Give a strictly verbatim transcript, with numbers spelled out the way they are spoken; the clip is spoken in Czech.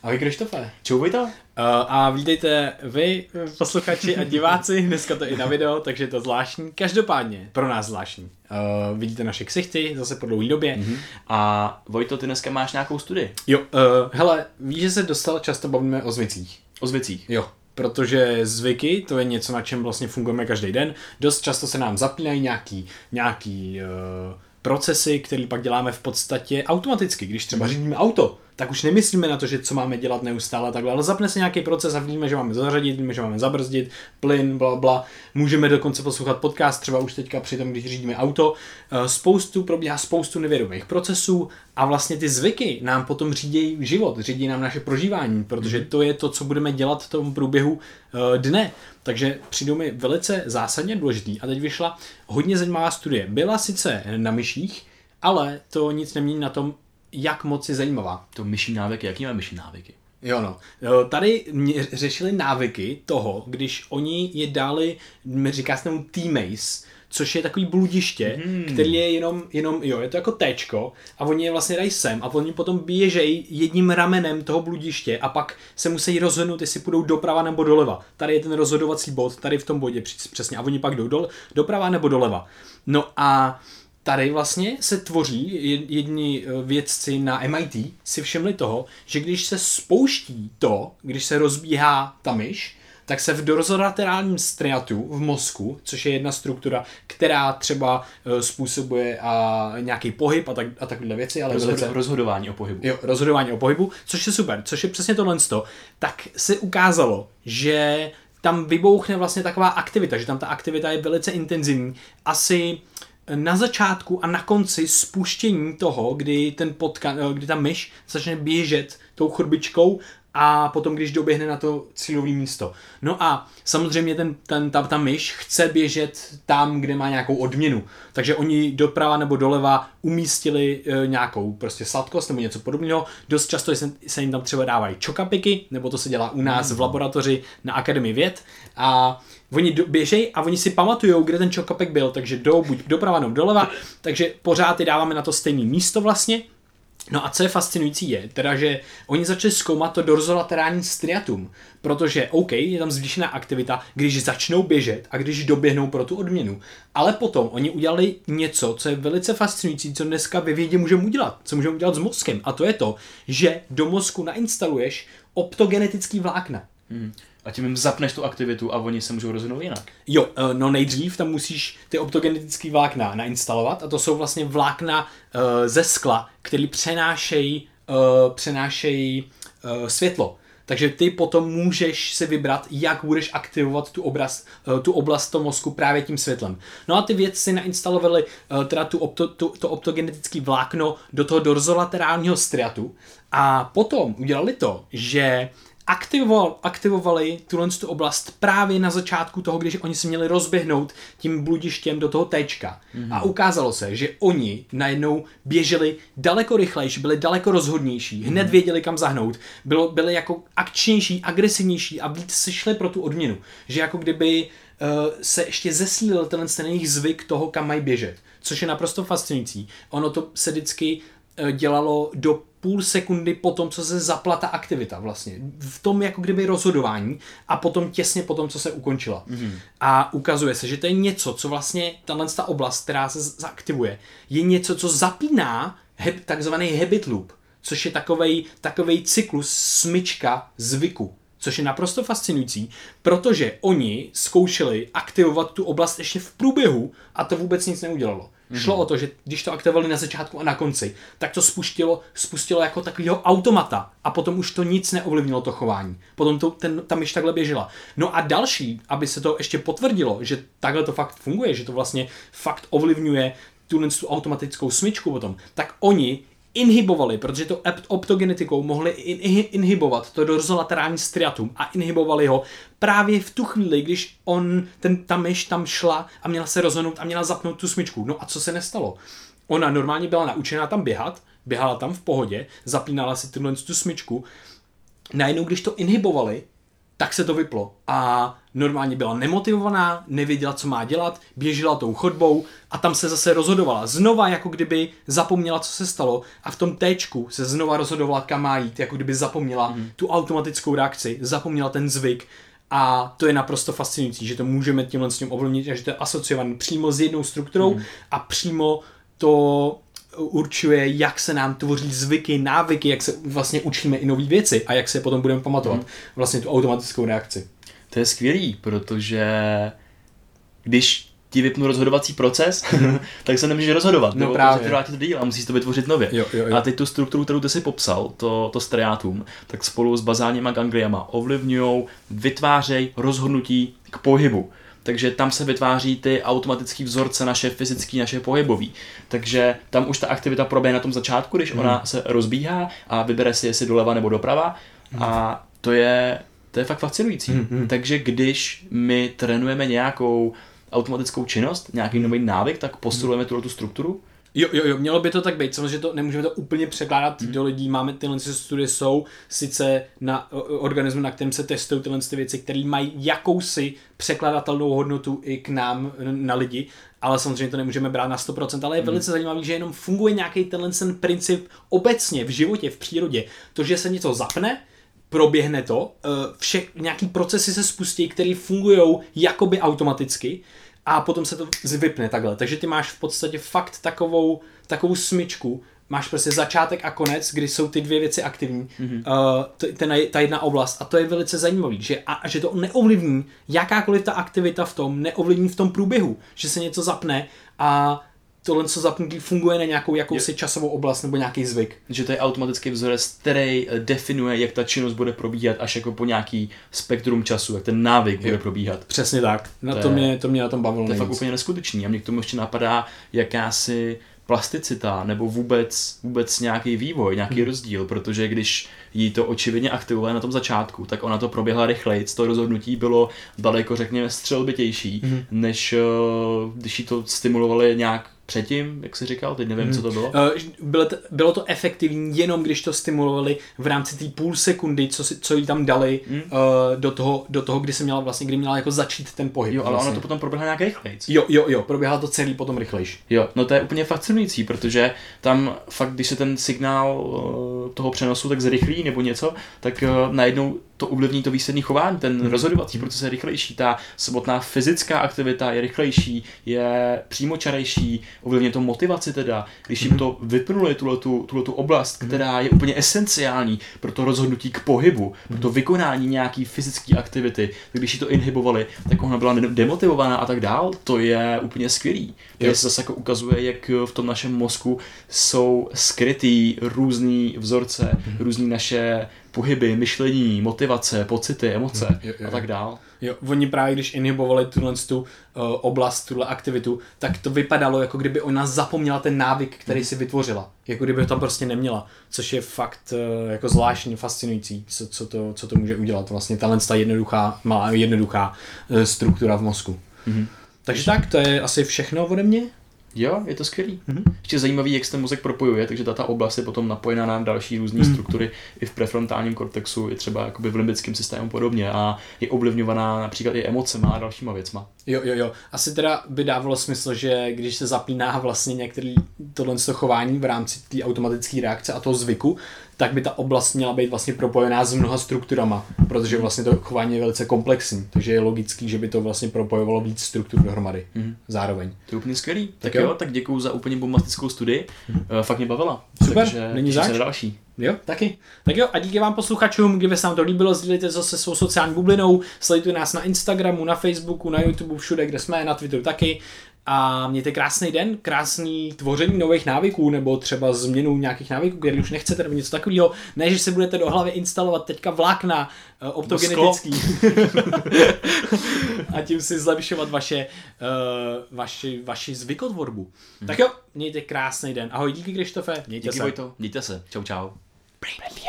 Ahoj Krištofe. Čau Vojta. Uh, a vítejte vy, posluchači a diváci, dneska to i na video, takže je to zvláštní, každopádně pro nás zvláštní. Uh, vidíte naše ksichty, zase po dlouhé době. Mm-hmm. A Vojto, ty dneska máš nějakou studii? Jo, uh, hele, víš, že se dostal často bavíme o zvicích. O zvicích? Jo. Protože zvyky, to je něco, na čem vlastně fungujeme každý den. Dost často se nám zapínají nějaký, nějaký uh, procesy, které pak děláme v podstatě automaticky. Když třeba řídíme auto, tak už nemyslíme na to, že co máme dělat neustále takhle, ale zapne se nějaký proces a víme, že máme zařadit, víme, že máme zabrzdit, plyn, bla, bla. Můžeme dokonce poslouchat podcast, třeba už teďka při tom, když řídíme auto. Spoustu, probíhá spoustu nevědomých procesů a vlastně ty zvyky nám potom řídí život, řídí nám naše prožívání, protože to je to, co budeme dělat v tom průběhu dne. Takže přijdou mi velice zásadně důležitý. A teď vyšla hodně zajímavá studie. Byla sice na myších, ale to nic nemění na tom, jak moc je zajímavá. To myší návyky, jaký má myší návyky? Jo no, tady mě řešili návyky toho, když oni je dali, říká se tomu T-maze, což je takový bludiště, hmm. který je jenom, jenom, jo, je to jako téčko a oni je vlastně dají sem a oni potom běžejí jedním ramenem toho bludiště a pak se musí rozhodnout, jestli půjdou doprava nebo doleva. Tady je ten rozhodovací bod, tady v tom bodě přesně a oni pak jdou do, doprava nebo doleva. No a tady vlastně se tvoří, jedni vědci na M I T si všimli toho, že když se spouští to, když se rozbíhá ta myš, tak se v dorozolaterálním striatu v mozku, což je jedna struktura, která třeba způsobuje a nějaký pohyb a, tak, a takovéhle věci. Ale Rozhod, velice, rozhodování o pohybu. Jo, rozhodování o pohybu, což je super, což je přesně tohle, tak se ukázalo, že tam vybouchne vlastně taková aktivita, že tam ta aktivita je velice intenzivní. Asi na začátku a na konci spuštění toho, kdy, ten potka, kdy ta myš začne běžet tou chodbičkou a potom, když doběhne na to cílové místo. No a samozřejmě ten, ten, ta, ta myš chce běžet tam, kde má nějakou odměnu. Takže oni doprava nebo doleva umístili e, nějakou prostě sladkost nebo něco podobného. Dost často se, se jim tam třeba dávají čokapiky, nebo to se dělá u nás mm. v laboratoři na Akademii věd. A oni běžejí a oni si pamatujou, kde ten čokapik byl, takže jdou buď doprava nebo doleva, takže pořád ty dáváme na to stejné místo vlastně. No a co je fascinující je, teda, že oni začali zkoumat to dorzolaterální striatum, protože OK, je tam zvýšená aktivita, když začnou běžet a když doběhnou pro tu odměnu. Ale potom oni udělali něco, co je velice fascinující, co dneska ve vědě můžeme udělat, co můžeme udělat s mozkem. A to je to, že do mozku nainstaluješ optogenetický vlákna. Hmm. A tím jim zapneš tu aktivitu a oni se můžou rozhodnout jinak. Jo, no nejdřív tam musíš ty optogenetický vlákna nainstalovat a to jsou vlastně vlákna uh, ze skla, které přenášejí uh, přenášejí uh, světlo. Takže ty potom můžeš si vybrat, jak budeš aktivovat tu, obraz, uh, tu oblast toho mozku právě tím světlem. No a ty vědci nainstalovali uh, teda tu opto, tu, to optogenetické vlákno do toho dorzolaterálního striatu a potom udělali to, že Aktivoval, aktivovali tuhle tu oblast právě na začátku toho, když oni si měli rozběhnout tím bludištěm do toho téčka. Mm-hmm. A ukázalo se, že oni najednou běželi daleko rychlejší, byli daleko rozhodnější, hned mm-hmm. věděli, kam zahnout, bylo, byli jako akčnější, agresivnější a víc si šli pro tu odměnu. Že jako kdyby uh, se ještě zesílil ten jejich zvyk toho, kam mají běžet. Což je naprosto fascinující. Ono to se vždycky uh, dělalo do půl sekundy po tom, co se zapla ta aktivita vlastně. V tom jako kdyby rozhodování a potom těsně po tom, co se ukončila. Mm-hmm. A ukazuje se, že to je něco, co vlastně tahle ta oblast, která se zaaktivuje, je něco, co zapíná heb, takzvaný habit loop, což je takovej, takovej cyklus smyčka zvyku. Což je naprosto fascinující, protože oni zkoušeli aktivovat tu oblast ještě v průběhu a to vůbec nic neudělalo. Mm-hmm. Šlo o to, že když to aktivovali na začátku a na konci, tak to spustilo, spustilo jako takového automata a potom už to nic neovlivnilo to chování. Potom to, ten, ta myš takhle běžela. No a další, aby se to ještě potvrdilo, že takhle to fakt funguje, že to vlastně fakt ovlivňuje tu, tu automatickou smyčku potom, tak oni inhibovali, protože to optogenetikou mohli inhibovat to dorzolaterální striatum a inhibovali ho právě v tu chvíli, když on, ten, ta myš tam šla a měla se rozhodnout a měla zapnout tu smyčku. No a co se nestalo? Ona normálně byla naučená tam běhat, běhala tam v pohodě, zapínala si tuhle tu smyčku. Najednou, když to inhibovali, tak se to vyplo. A normálně byla nemotivovaná, nevěděla, co má dělat, běžela tou chodbou a tam se zase rozhodovala. Znova, jako kdyby zapomněla, co se stalo a v tom téčku se znova rozhodovala, kam má jít, jako kdyby zapomněla mm. tu automatickou reakci, zapomněla ten zvyk. A to je naprosto fascinující, že to můžeme tímhle s tím ovlivnit a že to je asociované přímo s jednou strukturou mm. a přímo to určuje, jak se nám tvoří zvyky, návyky, jak se vlastně učíme i nové věci a jak se potom budeme pamatovat. Mm. Vlastně tu automatickou reakci. To je skvělý, protože když ti vypnu rozhodovací proces, tak se nemůžeš rozhodovat. No právě. Trvá ti to díl a musíš to vytvořit nově. Jo, jo, jo. A teď tu strukturu, kterou ty si popsal, to, to striatum, tak spolu s bazálníma gangliama ovlivňují, vytvářejí rozhodnutí k pohybu. Takže tam se vytváří ty automatické vzorce naše fyzické, naše pohybové. Takže tam už ta aktivita proběhne na tom začátku, když hmm. ona se rozbíhá a vybere si, jestli doleva nebo doprava. Hmm. A to je, to je fakt fascinující. Hmm. Takže když my trénujeme nějakou automatickou činnost, nějaký nový návyk, tak posilujeme tuhle tu strukturu. Jo, jo, jo, mělo by to tak být, samozřejmě to nemůžeme to úplně překládat hmm. do lidí, máme tyhle studie jsou sice na organismu, na kterém se testují tyhle věci, které mají jakousi překladatelnou hodnotu i k nám, na lidi, ale samozřejmě to nemůžeme brát na sto procent, ale je velice hmm. zajímavý, že jenom funguje nějaký tenhle ten princip obecně v životě, v přírodě, to, že se něco zapne, proběhne to, vše, nějaký procesy se spustí, které fungují jakoby automaticky, a potom se to vypne takhle. Takže ty máš v podstatě fakt takovou, takovou smyčku. Máš prostě začátek a konec, kdy jsou ty dvě věci aktivní. Mm-hmm. Uh, t- ten, ta jedna oblast. A to je velice zajímavý, že, a, že to neovlivní jakákoliv ta aktivita v tom, neovlivní v tom průběhu. Že se něco zapne a tohle, co zapnutí, funguje na nějakou jakousi časovou oblast nebo nějaký zvyk. Že to je automatický vzorec, který definuje, jak ta činnost bude probíhat až jako po nějaký spektrum času, jak ten návyk jo. bude probíhat. Přesně tak. Na to, to, mě, to mě na tom bavilo. To je fakt úplně neskutečný a mě k tomu ještě napadá jakási plasticita nebo vůbec, vůbec nějaký vývoj, nějaký hmm. rozdíl, protože když jí to očividně aktivuje na tom začátku, tak ona to proběhla rychleji, to rozhodnutí bylo daleko, řekněme, střelbitější, hmm. než když jí to stimulovali nějak předtím, jak jsi říkal, teď nevím, hmm. co to bylo. Bylo to, bylo to efektivní jenom, když to stimulovali v rámci té půl sekundy, co, si, co jí tam dali hmm. uh, do, toho, do toho, kdy se měla vlastně, kdy měla jako začít ten pohyb. Jo, ale vlastně. ono to potom proběhla nějak rychlejc. Jo, jo, jo, proběhla to celý potom rychlejš. Jo, no to je úplně fascinující, protože tam fakt, když se ten signál uh, toho přenosu tak zrychlí nebo něco, tak uh, najednou to ovlivní to výsledné chování, ten hmm. rozhodovací proces je rychlejší, ta samotná fyzická aktivita je rychlejší, je přímočarejší, ovlivňuje to motivaci teda, když jim to vypnuli, tuhletu, tuhletu oblast, která je úplně esenciální pro to rozhodnutí k pohybu, pro to vykonání nějaký fyzické aktivity, tak když ji to inhibovali, tak ona byla demotivovaná a tak dál, to je úplně skvělý. To se zase jako ukazuje, jak v tom našem mozku jsou skrytý různý vzorce, různý naše pohyby, myšlení, motivace, pocity, emoce jo, jo. a tak dál. Jo, oni právě když inhibovali tuhle tu uh, oblast, tuhle aktivitu, tak to vypadalo, jako kdyby ona zapomněla ten návyk, který mm. si vytvořila. Jako kdyby ho tam prostě neměla, což je fakt uh, jako zvláštní, fascinující, co, co, to, co to může udělat vlastně tahle ta jednoduchá, malá jednoduchá uh, struktura v mozku. Mm. Takže tak, to je asi všechno ode mě. Jo, je to skvělý. Mm-hmm. Ještě zajímavý, jak se ten mozek propojuje, takže ta oblast je potom napojená na další různé mm. struktury i v prefrontálním kortexu, i třeba jakoby v limbickém systému podobně a je ovlivňovaná například i emocema a dalšíma věcma. Jo, jo, jo. Asi teda by dávalo smysl, že když se zapíná vlastně některé tohle chování v rámci té automatické reakce a toho zvyku, tak by ta oblast měla být vlastně propojená s mnoha strukturama, protože vlastně to chování je velice komplexní, takže je logický, že by to vlastně propojovalo víc struktur dohromady mm. zároveň. To je úplně skvělý. Tak, tak jo, jo, tak děkuju za úplně bombastickou studii. Mm. Uh, fakt mě bavila. Super, takže není zač. Další. Jo, taky. Tak jo, a díky vám posluchačům, kdyby se vám to líbilo, sdílejte to se svou sociální bublinou, sledujte nás na Instagramu, na Facebooku, na YouTube, všude, kde jsme, na Twitteru taky. A mějte krásný den, krásný tvoření nových návyků, nebo třeba změnu nějakých návyků, které už nechcete, nebo něco takového. Ne, že si budete do hlavy instalovat teďka vlákna uh, optogenetický a tím si zlepšovat vaše, uh, vaši, vaši zvykotvorbu. Hmm. Tak jo, mějte krásný den. Ahoj, díky Krištofe, mějte díky se. Vojto, mějte se. Čau, čau.